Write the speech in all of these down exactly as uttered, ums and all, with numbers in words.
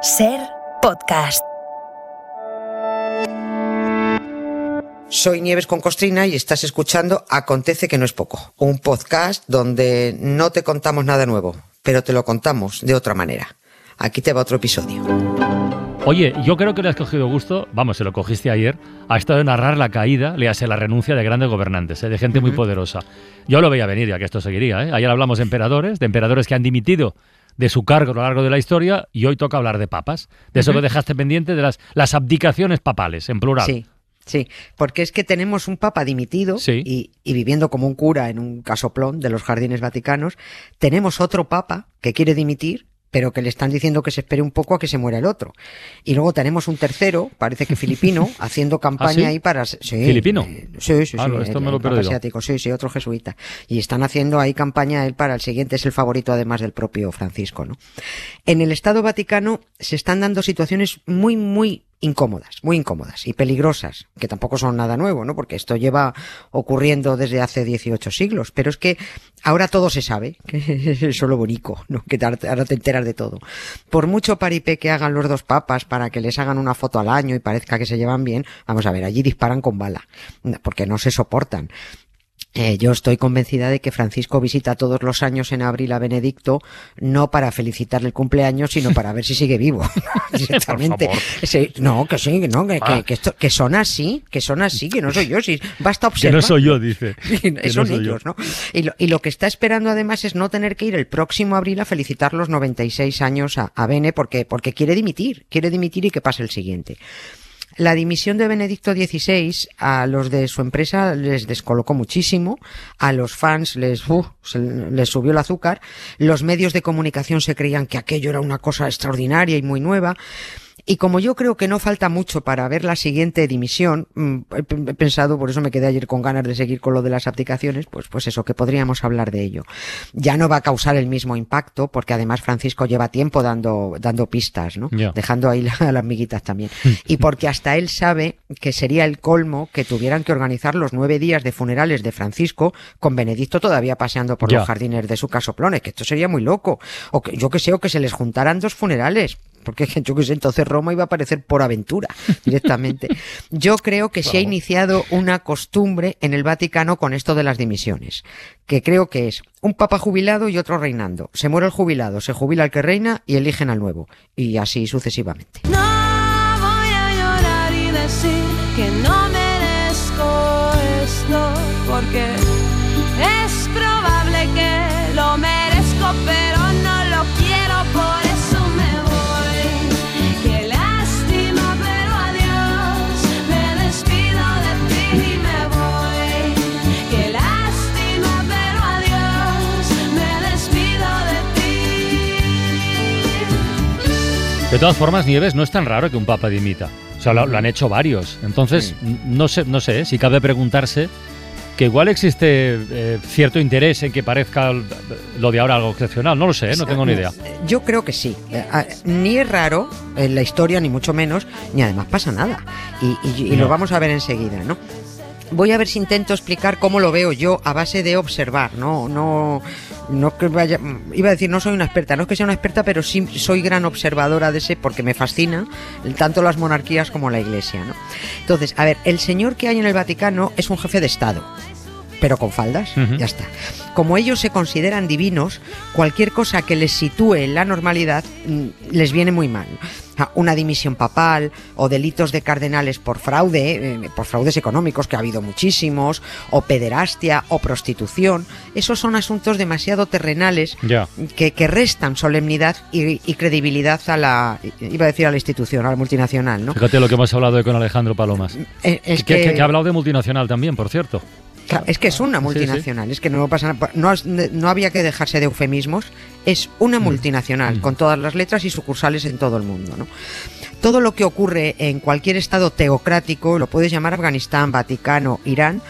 Ser Podcast. Soy Nieves con Costrina y estás escuchando Acontece que no es poco, un podcast donde no te contamos nada nuevo, pero te lo contamos de otra manera. Aquí te va otro episodio. Oye, yo creo que le has cogido gusto, vamos, se lo cogiste ayer, a esto de narrar la caída, léase la renuncia de grandes gobernantes, ¿eh? de gente uh-huh. muy poderosa. Yo lo veía venir ya que esto seguiría. ¿eh? Ayer hablamos de emperadores, de emperadores que han dimitido de su cargo a lo largo de la historia, y hoy toca hablar de papas, de eso uh-huh. que dejaste pendiente, de las, las abdicaciones papales, en plural. Sí. Sí, porque es que tenemos un papa dimitido sí. y, y viviendo como un cura en un casoplón de los jardines vaticanos. Tenemos otro papa que quiere dimitir, pero que le están diciendo que se espere un poco a que se muera el otro. Y luego tenemos un tercero, parece que filipino, haciendo campaña ¿Ah, sí? ahí para... Sí, ¿Filipino? Eh, sí, sí, ah, sí. No, esto el, me lo he perdido. Asiático, sí, sí, otro jesuita. Y están haciendo ahí campaña él para el siguiente, es el favorito además del propio Francisco, ¿no? En el Estado Vaticano se están dando situaciones muy, muy incómodas, muy incómodas y peligrosas, que tampoco son nada nuevo, ¿no? Porque esto lleva ocurriendo desde hace dieciocho siglos, pero es que ahora todo se sabe, que es lo bonito, ¿no? Que ahora te enteras de todo. Por mucho paripé que hagan los dos papas para que les hagan una foto al año y parezca que se llevan bien, vamos a ver, allí disparan con bala, porque no se soportan. Eh, yo estoy convencida de que Francisco visita todos los años en abril a Benedicto, no para felicitarle el cumpleaños, sino para ver si sigue vivo. Directamente. Sí, no, que sí, que no, que, que, que, esto, que son así, que son así, que no soy yo, si basta observar. Que no soy yo, dice. Que son no ellos, yo. ¿no? Y lo, y lo que está esperando además es no tener que ir el próximo abril a felicitar los noventa y seis años a, a Bene, porque, porque quiere dimitir, quiere dimitir y que pase el siguiente. La dimisión de Benedicto dieciséis a los de su empresa les descolocó muchísimo, a los fans les, uh, se, les subió el azúcar, los medios de comunicación se creían que aquello era una cosa extraordinaria y muy nueva. Y como yo creo que no falta mucho para ver la siguiente dimisión, he pensado, por eso me quedé ayer con ganas de seguir con lo de las abdicaciones, pues, pues eso, que podríamos hablar de ello. Ya no va a causar el mismo impacto, porque además Francisco lleva tiempo dando, dando pistas, ¿no? Yeah. Dejando ahí la, las miguitas también. Y porque hasta él sabe que sería el colmo que tuvieran que organizar los nueve días de funerales de Francisco con Benedicto todavía paseando por yeah. los jardines de su casoplón, que esto sería muy loco. O que, yo que sé, o que se les juntaran dos funerales. Porque yo que sé, entonces Roma iba a aparecer por aventura directamente. Yo creo que se ha iniciado una costumbre en el Vaticano con esto de las dimisiones, que creo que es un papa jubilado y otro reinando. Se muere el jubilado, se jubila el que reina y eligen al nuevo. Y así sucesivamente. No voy a llorar y decir que no merezco esto, porque es probable que lo merezco, pero no lo quiero, por eso me voy. Qué lástima, pero adiós, me despido de ti y me voy. Qué lástima, pero adiós, me despido de ti. De todas formas, Nieves, no es tan raro que un papa dimita. O sea, lo, lo han hecho varios. Entonces, sí. no sé, no sé, si cabe preguntarse que igual existe eh, cierto interés en que parezca lo de ahora algo excepcional. No lo sé, ¿eh? No tengo ni idea. Yo creo que sí. Ni es raro en la historia, ni mucho menos, ni además pasa nada. Y, y, y no. lo vamos a ver enseguida, ¿no? Voy a ver si intento explicar cómo lo veo yo a base de observar, no, no, no que vaya, iba a decir no soy una experta, no es que sea una experta, pero sí soy gran observadora de ese porque me fascina tanto las monarquías como la Iglesia, ¿no? Entonces, a ver, el señor que hay en el Vaticano es un jefe de Estado, pero con faldas, uh-huh. ya está. Como ellos se consideran divinos, cualquier cosa que les sitúe en la normalidad les viene muy mal. Una dimisión papal o delitos de cardenales por fraude, eh, por fraudes económicos, que ha habido muchísimos, o pederastia o prostitución, esos son asuntos demasiado terrenales yeah. que, que restan solemnidad y, y credibilidad a la, iba a decir a la institución, a la multinacional, ¿no? Fíjate lo que hemos hablado de con Alejandro Palomas. Eh, es que, que, que, que ha hablado de multinacional también, por cierto. Claro, es que es una multinacional, sí, sí. es que no pasa nada, no, no había que dejarse de eufemismos, es una multinacional, mm. con todas las letras y sucursales en todo el mundo, ¿no? Todo lo que ocurre en cualquier estado teocrático, lo puedes llamar Afganistán, Vaticano, Irán,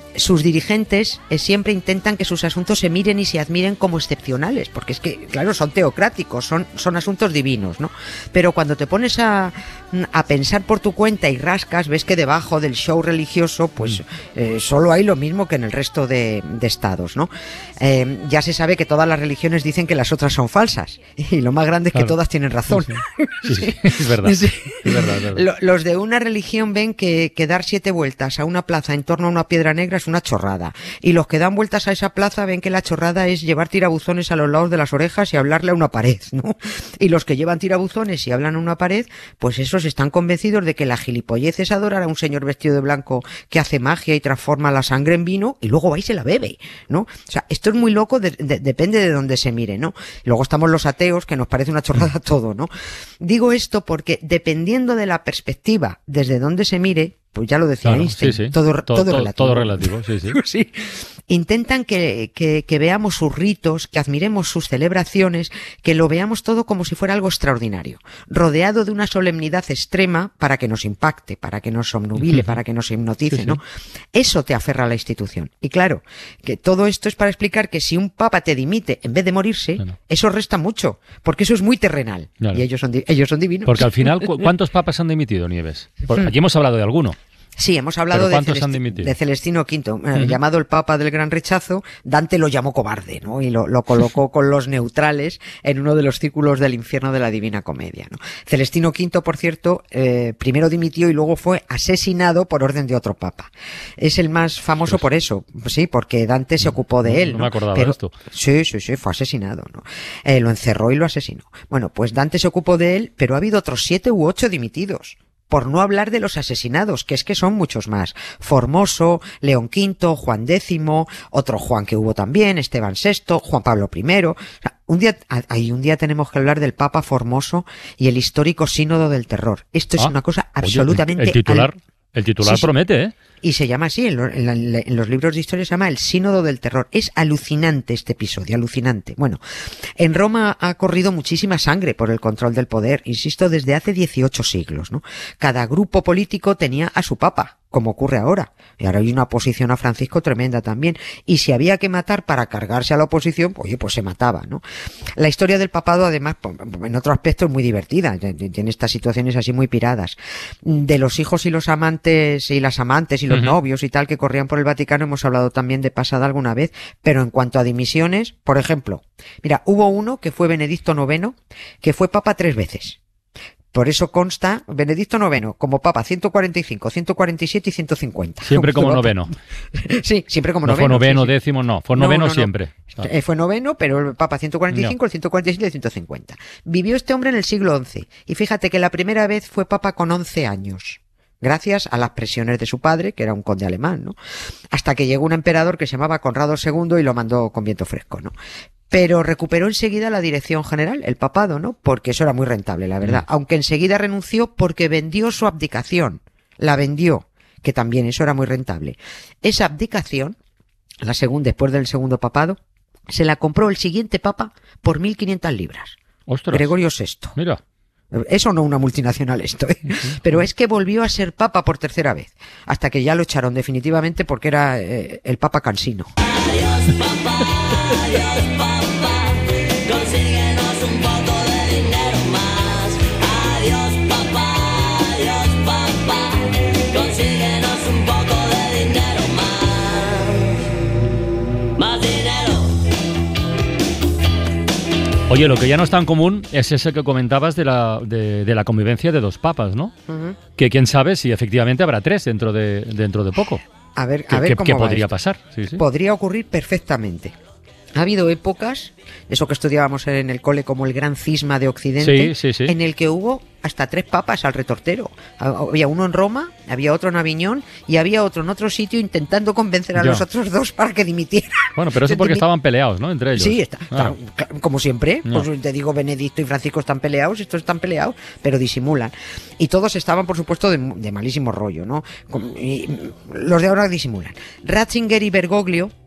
sus dirigentes eh, siempre intentan que sus asuntos se miren y se admiren como excepcionales, porque es que, claro, son teocráticos, son, son asuntos divinos, ¿no? Pero cuando te pones a, a pensar por tu cuenta y rascas, ves que debajo del show religioso, pues eh, solo hay lo mismo que en el resto de, de estados, ¿no? Eh, ya se sabe que todas las religiones dicen que las otras son falsas, y lo más grande es que claro. todas tienen razón. Sí, sí. Sí, sí. Es verdad. Sí. Es verdad, es verdad. Los de una religión ven que, que dar siete vueltas a una plaza en torno a una piedra negra es una chorrada. Y los que dan vueltas a esa plaza ven que la chorrada es llevar tirabuzones a los lados de las orejas y hablarle a una pared, ¿no? Y los que llevan tirabuzones y hablan a una pared, pues esos están convencidos de que la gilipollez es adorar a un señor vestido de blanco que hace magia y transforma la sangre en vino y luego va y se la bebe, ¿no? O sea, esto es muy loco, de, de, depende de dónde se mire, ¿no? Luego estamos los ateos, que nos parece una chorrada todo, ¿no? Digo esto porque dependiendo de la perspectiva desde donde se mire, pues ya lo decía Claro, Einstein, sí, sí. todo, todo, todo relativo. Todo relativo, sí, sí. Sí. Intentan que, que, que veamos sus ritos, que admiremos sus celebraciones, que lo veamos todo como si fuera algo extraordinario, rodeado de una solemnidad extrema para que nos impacte, para que nos obnubile, para que nos hipnotice, sí, sí. ¿no? Eso te aferra a la institución. Y claro, que todo esto es para explicar que si un papa te dimite en vez de morirse, Claro. eso resta mucho, porque eso es muy terrenal. Claro. Y ellos son, di- ellos son divinos. Porque al final, ¿cu- ¿cuántos papas han dimitido, Nieves? Por- aquí hemos hablado de alguno. Sí, hemos hablado ¿Pero de, cuántos han Celesti- dimitido? de Celestino quinto, eh, Ujú. llamado el Papa del Gran Rechazo. Dante lo llamó cobarde, ¿no? Y lo, lo colocó con los neutrales en uno de los círculos del infierno de la Divina Comedia, ¿no? Celestino quinto, por cierto, eh, primero dimitió y luego fue asesinado por orden de otro papa. Es el más famoso por eso, sí, porque Dante se ocupó de él, No ¿no? me acordaba Pero- de esto. Sí, sí, sí, fue asesinado, ¿no? Eh, lo encerró y lo asesinó. Bueno, pues Dante se ocupó de él, pero ha habido otros siete u ocho dimitidos. Por no hablar de los asesinados, que es que son muchos más. Formoso, León quinto, Juan décimo, otro Juan que hubo también, Esteban sexto, Juan Pablo primero. O sea, un día, ahí un día tenemos que hablar del Papa Formoso y el histórico sínodo del terror. Esto es Ah, una cosa oye, absolutamente... El titular, al- el titular Sí, sí. promete, ¿eh? Y se llama así, en, lo- en la- en los libros de historia se llama el Sínodo del Terror. Es alucinante este episodio, alucinante. Bueno, en Roma ha corrido muchísima sangre por el control del poder, insisto, desde hace dieciocho siglos, ¿no? Cada grupo político tenía a su papa, como ocurre ahora. Y ahora hay una oposición a Francisco tremenda también. Y si había que matar para cargarse a la oposición, oye, pues se mataba, ¿no? La historia del papado, además, en otro aspecto es muy divertida. Tiene estas situaciones así muy piradas. De los hijos y los amantes y las amantes y los Ujú. novios y tal que corrían por el Vaticano hemos hablado también de pasada alguna vez. Pero en cuanto a dimisiones, por ejemplo, mira, hubo uno que fue Benedicto noveno, que fue papa tres veces. Por eso consta Benedicto noveno como papa ciento cuarenta y cinco, ciento cuarenta y siete y ciento cincuenta. Siempre como Fue noveno. papa- Sí, siempre como No noveno. fue noveno, sí, sí. décimo, no. Fue No, noveno no, no. siempre. Ah. Eh, Fue noveno, pero el papa ciento cuarenta y cinco, el ciento cuarenta y siete y el ciento cincuenta. Vivió este hombre en el siglo once. Y fíjate que la primera vez fue papa con once años. Gracias a las presiones de su padre, que era un conde alemán, ¿no? Hasta que llegó un emperador que se llamaba Conrado segundo y lo mandó con viento fresco, ¿no? Pero recuperó enseguida la dirección general, el papado, ¿no? Porque eso era muy rentable, la verdad. Mm. Aunque enseguida renunció porque vendió su abdicación. La vendió, que también eso era muy rentable. Esa abdicación, la segunda, después del segundo papado, se la compró el siguiente papa por mil quinientas libras. Ostras. Gregorio sexto. Mira. Eso no una multinacional esto, ¿eh? Pero es que volvió a ser papa por tercera vez, hasta que ya lo echaron definitivamente porque era eh, el papa cansino. Adiós papá, adiós papá, consíguenos un poco de dinero más. Adiós papá, adiós papá, consíguenos un poco de dinero más. Más dinero. Oye, lo que ya no es tan común es ese que comentabas de la, de, de la convivencia de dos papas, ¿no? Ujú. Que quién sabe si efectivamente habrá tres dentro de, dentro de poco. A ver, ¿Qué, a ver qué- cómo qué va podría esto. pasar? Sí, sí. Podría ocurrir perfectamente. Ha habido épocas, eso que estudiábamos en el cole como el gran cisma de Occidente, Sí, sí, sí. en el que hubo hasta tres papas al retortero. Había uno en Roma, había otro en Aviñón y había otro en otro sitio intentando convencer a Ya. los otros dos para que dimitieran. Bueno, pero eso porque estaban peleados, ¿no? Entre ellos. Sí, está, Claro. está- cla- como siempre, No. pues te digo, Benedicto y Francisco están peleados, estos están peleados, pero disimulan. Y todos estaban, por supuesto, de, de malísimo rollo, ¿no? Con- y, mm, los de ahora disimulan. Ratzinger y Bergoglio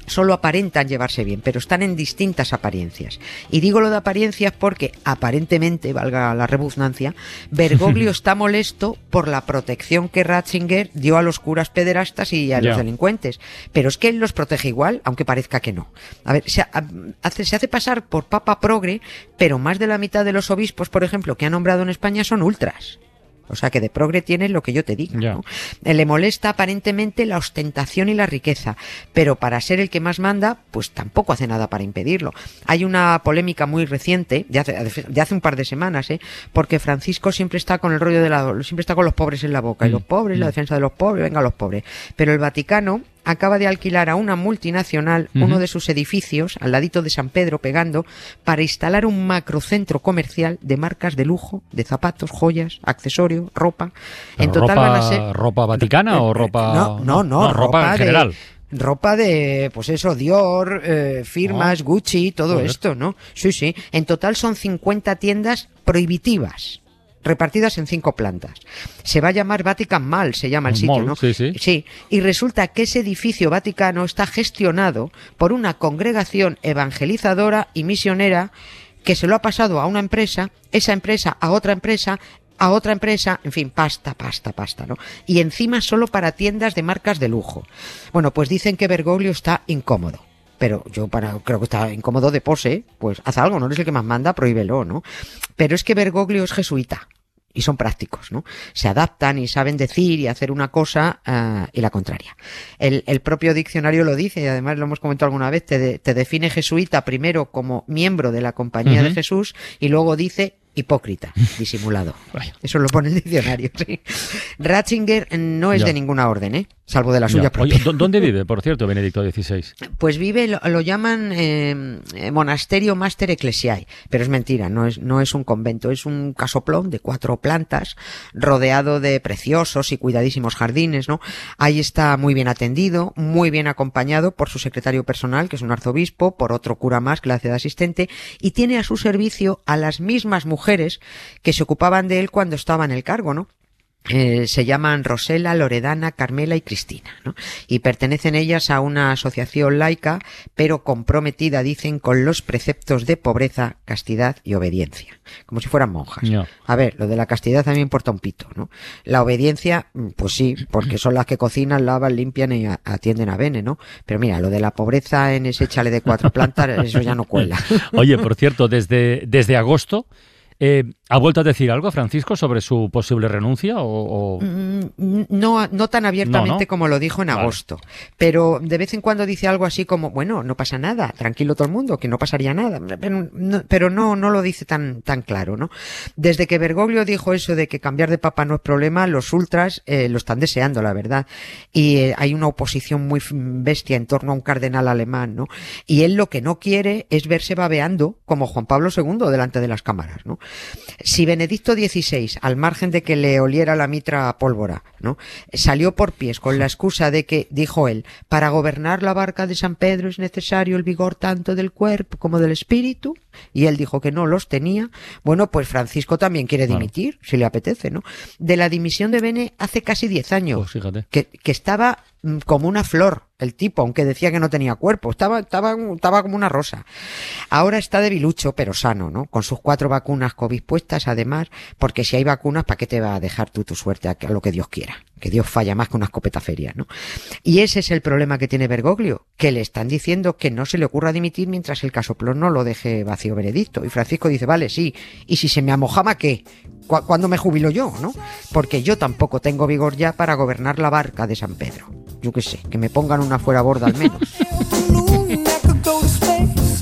solo aparentan llevarse bien, pero están en distintas apariencias. Y digo lo de apariencias porque, aparentemente, valga la redundancia, Bergoglio está molesto por la protección que Ratzinger dio a los curas pederastas y a Ya. los delincuentes. Pero es que él los protege igual, aunque parezca que no. A ver, se, ha- hace, se hace pasar por papa progre, pero más de la mitad de los obispos, por ejemplo, que ha nombrado en España son ultras. O sea que de progre tiene lo que yo te diga, Ya. ¿no? Eh, Le molesta aparentemente la ostentación y la riqueza, pero para ser el que más manda, pues tampoco hace nada para impedirlo. Hay una polémica muy reciente, de hace, de hace un par de semanas, ¿eh? Porque Francisco siempre está con el rollo de la, siempre está con los pobres en la boca, y los pobres, la defensa de los pobres, venga los pobres. Pero el Vaticano acaba de alquilar a una multinacional Ujú. uno de sus edificios, al ladito de San Pedro, pegando, para instalar un macrocentro comercial de marcas de lujo, de zapatos, joyas, accesorios, ropa. En Pero total ropa, van a ser... ¿ropa vaticana o ropa...? No, no, no, ropa en de- general. Ropa de, pues eso, Dior, eh, firmas, Ah. Gucci, todo Joder. esto, ¿no? Sí, sí. En total son cincuenta tiendas prohibitivas, repartidas en cinco plantas. Se va a llamar Vatican Mall, se llama el Un sitio, mall, ¿no? sí, sí. Sí, y resulta que ese edificio vaticano está gestionado por una congregación evangelizadora y misionera que se lo ha pasado a una empresa, esa empresa a otra empresa, a otra empresa, en fin, pasta, pasta, pasta, ¿no? Y encima solo para tiendas de marcas de lujo. Bueno, pues dicen que Bergoglio está incómodo. Pero yo para, creo que está incómodo de pose, pues haz algo, no eres el que más manda, prohíbelo, ¿no? Pero es que Bergoglio es jesuita. Y son prácticos, ¿no? Se adaptan y saben decir y hacer una cosa uh, y la contraria. El, el propio diccionario lo dice, y además lo hemos comentado alguna vez, te, de, te define jesuita primero como miembro de la compañía Uh-huh. de Jesús y luego dice hipócrita, disimulado. Vaya. Eso lo pone el diccionario, sí. Ratzinger no es Ya. de ninguna orden, ¿eh? Salvo de la suya Ya. propia. Oye, ¿dó- ¿dónde vive, por cierto, Benedicto dieciséis? Pues vive, lo, lo llaman eh, eh, monasterio Master Ecclesiae, pero es mentira, no es, no es un convento, es un casoplón de cuatro plantas, rodeado de preciosos y cuidadísimos jardines, ¿no? Ahí está muy bien atendido, muy bien acompañado por su secretario personal, que es un arzobispo, por otro cura más que le hace de asistente, y tiene a su servicio a las mismas mujeres que se ocupaban de él cuando estaba en el cargo, ¿no? Eh, se llaman Rosela, Loredana, Carmela y Cristina, ¿no? Y pertenecen ellas a una asociación laica, pero comprometida, dicen, con los preceptos de pobreza, castidad y obediencia, como si fueran monjas. Ya. A ver, lo de la castidad a mí me importa un pito, ¿no? La obediencia, pues sí, porque son las que cocinan, lavan, limpian y a- atienden a Bene, ¿no? Pero mira, lo de la pobreza en ese chale de cuatro plantas, eso ya no cuela. Oye, por cierto, desde, desde agosto, eh, ¿ha vuelto a decir algo Francisco sobre su posible renuncia? O, o- Mm, No, no tan abiertamente No, ¿no? como lo dijo en Vale. agosto, pero de vez en cuando dice algo así como, bueno, no pasa nada, tranquilo todo el mundo, que no pasaría nada, pero no, pero no, no lo dice tan, tan claro, ¿no? Desde que Bergoglio dijo eso de que cambiar de papa no es problema, los ultras eh, lo están deseando, la verdad, y eh, hay una oposición muy f- bestia en torno a un cardenal alemán, ¿no? Y él lo que no quiere es verse babeando como Juan Pablo segundo delante de las cámaras, ¿no? Si Benedicto dieciséis, al margen de que le oliera la mitra a pólvora, ¿no? Salió por pies con la excusa de que, dijo él, para gobernar la barca de San Pedro es necesario el vigor tanto del cuerpo como del espíritu, y él dijo que no los tenía, bueno, pues Francisco también quiere Claro. dimitir, si le apetece, ¿no? De la dimisión de Bene hace casi diez años, Pues fíjate. que, que estaba mm, como una flor, el tipo, aunque decía que no tenía cuerpo, estaba, estaba, estaba como una rosa. Ahora está debilucho, pero sano, ¿no? Con sus cuatro vacunas COVID puestas, además, porque si hay vacunas, ¿para qué te va a dejar tú tu suerte a, a lo que Dios quiera? Que Dios falla más que una escopeta feria, ¿no? Y ese es el problema que tiene Bergoglio, que le están diciendo que no se le ocurra dimitir mientras el casoplón no lo deje vacío Benedicto. Y Francisco dice, vale, sí, y si se me amojama, ¿qué? ¿Cu- ¿Cuándo me jubilo yo, no? Porque yo tampoco tengo vigor ya para gobernar la barca de San Pedro. Yo qué sé, que me pongan una fuera borda al menos. balloon that could go to space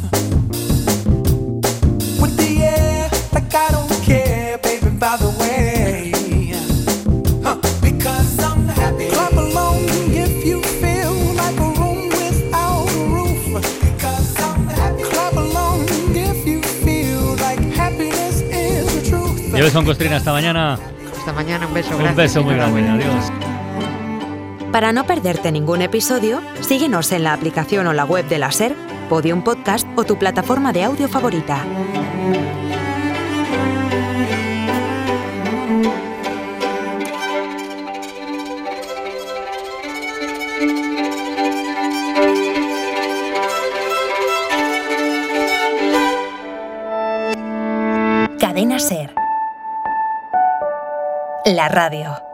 with the air like I don't care, baby, by the way. Huh, because I'm happy. Clap along if you feel like a room without a roof. Because I'm happy. Clap along if you feel like happiness is the truth. Lleves Costrina esta mañana. Hasta mañana, un beso, Un gracias. beso muy grande. enhorabuena. Adiós. Para no perderte ningún episodio, síguenos en la aplicación o la web de la SER, Podium Podcast o tu plataforma de audio favorita. Cadena SER. La radio.